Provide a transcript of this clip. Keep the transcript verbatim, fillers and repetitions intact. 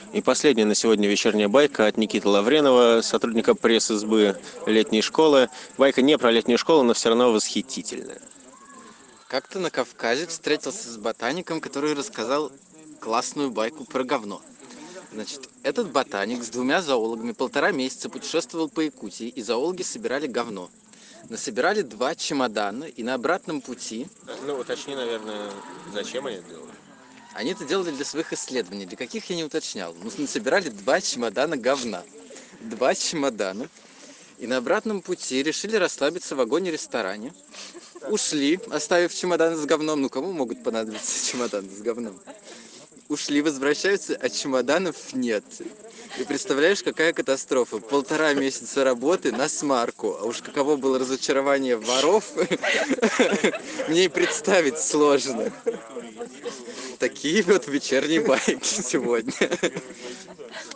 И последняя на сегодня вечерняя байка от Никиты Лавренова, сотрудника пресс-избы летней школы. Байка не про летнюю школу, но все равно восхитительная. Как-то на Кавказе встретился с ботаником, который рассказал классную байку про говно. Значит, этот ботаник с двумя зоологами полтора месяца путешествовал по Якутии, и зоологи собирали говно. Насобирали два чемодана, и на обратном пути Ну, уточни, наверное, зачем они это делали? они это делали для своих исследований, для каких я не уточнял. Но насобирали два чемодана говна. Два чемодана. И на обратном пути решили расслабиться в вагоне-ресторане. Ушли, оставив чемоданы с говном. Ну, кому могут понадобиться чемоданы с говном? Ушли, возвращаются, а чемоданов нет. И представляешь, какая катастрофа. Полтора месяца работы на смарку. А уж каково было разочарование воров, мне и представить сложно. Такие вот вечерние байки сегодня.